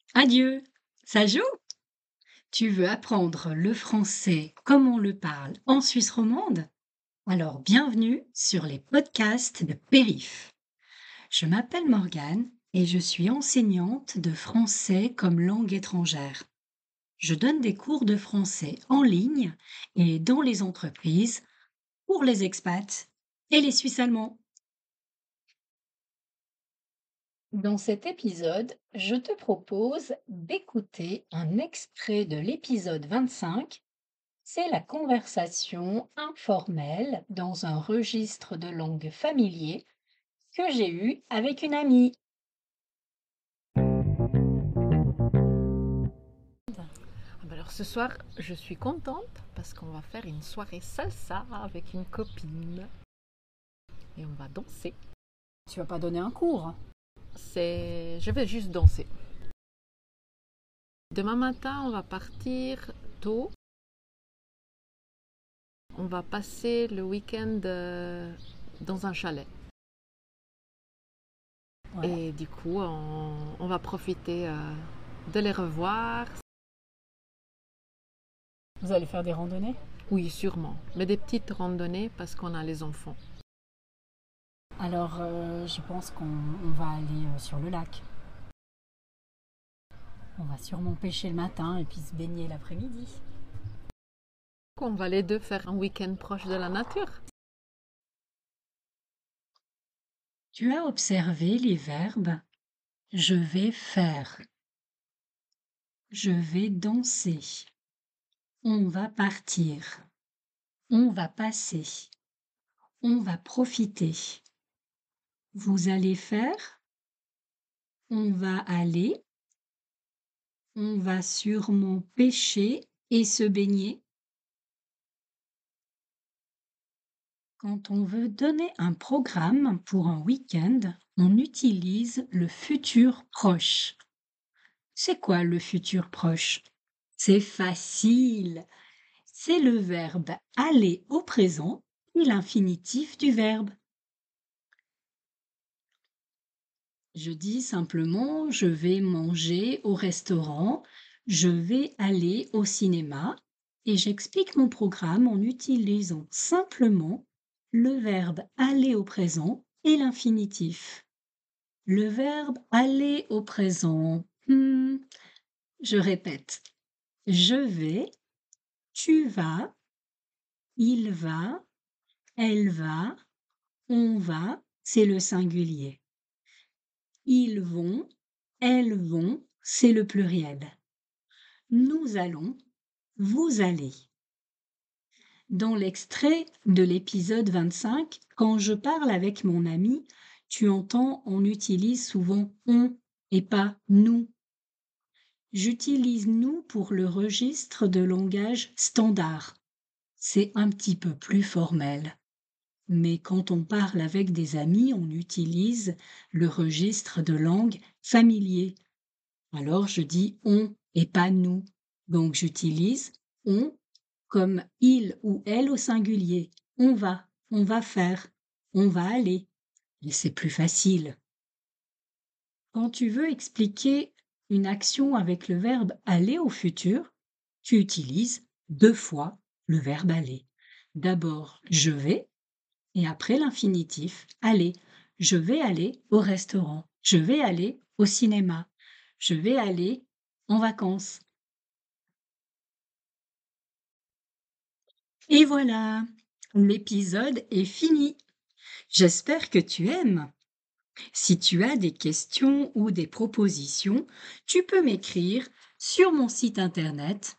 Adieu, ça joue? Tu veux apprendre le français comme on le parle en Suisse romande? Alors bienvenue sur les podcasts de Périph. Je m'appelle Morgane et je suis enseignante de français comme langue étrangère. Je donne des cours de français en ligne et dans les entreprises pour les expats et les Suisses allemands. Dans cet épisode, je te propose d'écouter un extrait de l'épisode 25. C'est la conversation informelle dans un registre de langue familier que j'ai eu avec une amie. Alors ce soir, je suis contente parce qu'on va faire une soirée salsa avec une copine et on va danser. Tu vas pas donner un cours? Je vais juste danser. Demain matin, on va partir tôt. On va passer le week-end dans un chalet. Ouais. Et du coup, on va profiter de les revoir. Vous allez faire des randonnées? Oui, sûrement. Mais des petites randonnées parce qu'on a les enfants. Alors, je pense qu'on va aller sur le lac. On va sûrement pêcher le matin et puis se baigner l'après-midi. On va les deux faire un week-end proche de la nature. Tu as observé les verbes je vais faire, je vais danser, on va partir, on va passer, on va profiter. Vous allez faire, on va aller, on va sûrement pêcher et se baigner. Quand on veut donner un programme pour un week-end, on utilise le futur proche. C'est quoi le futur proche? C'est facile. C'est le verbe aller au présent et l'infinitif du verbe. Je dis simplement je vais manger au restaurant, je vais aller au cinéma et j'explique mon programme en utilisant simplement le verbe aller au présent et l'infinitif. Le verbe aller au présent. Je répète. Je vais, tu vas, il va, elle va, on va, c'est le singulier. Ils vont, elles vont, c'est le pluriel. Nous allons, vous allez. Dans l'extrait de l'épisode 25, quand je parle avec mon ami, tu entends, on utilise souvent on et pas nous. J'utilise nous pour le registre de langage standard. C'est un petit peu plus formel. Mais quand on parle avec des amis, on utilise le registre de langue familier. Alors je dis on et pas nous. Donc j'utilise on comme il ou elle au singulier. On va faire, on va aller. Et c'est plus facile. Quand tu veux expliquer une action avec le verbe aller au futur, tu utilises deux fois le verbe aller. D'abord je vais et après l'infinitif aller. Je vais aller au restaurant. Je vais aller au cinéma. Je vais aller en vacances. Et voilà, l'épisode est fini. J'espère que tu aimes. Si tu as des questions ou des propositions, tu peux m'écrire sur mon site internet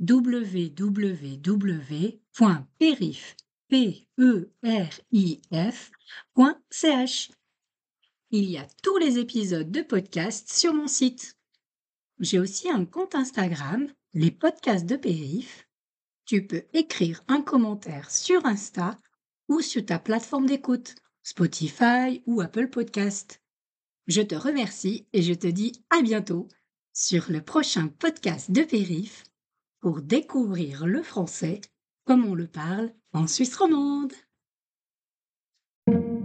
www.perif.ch. Il y a tous les épisodes de podcast sur mon site. J'ai aussi un compte Instagram, les podcasts de Périph. Tu peux écrire un commentaire sur Insta ou sur ta plateforme d'écoute, Spotify ou Apple Podcast. Je te remercie et je te dis à bientôt sur le prochain podcast de Périph pour découvrir le français comme on le parle en Suisse romande.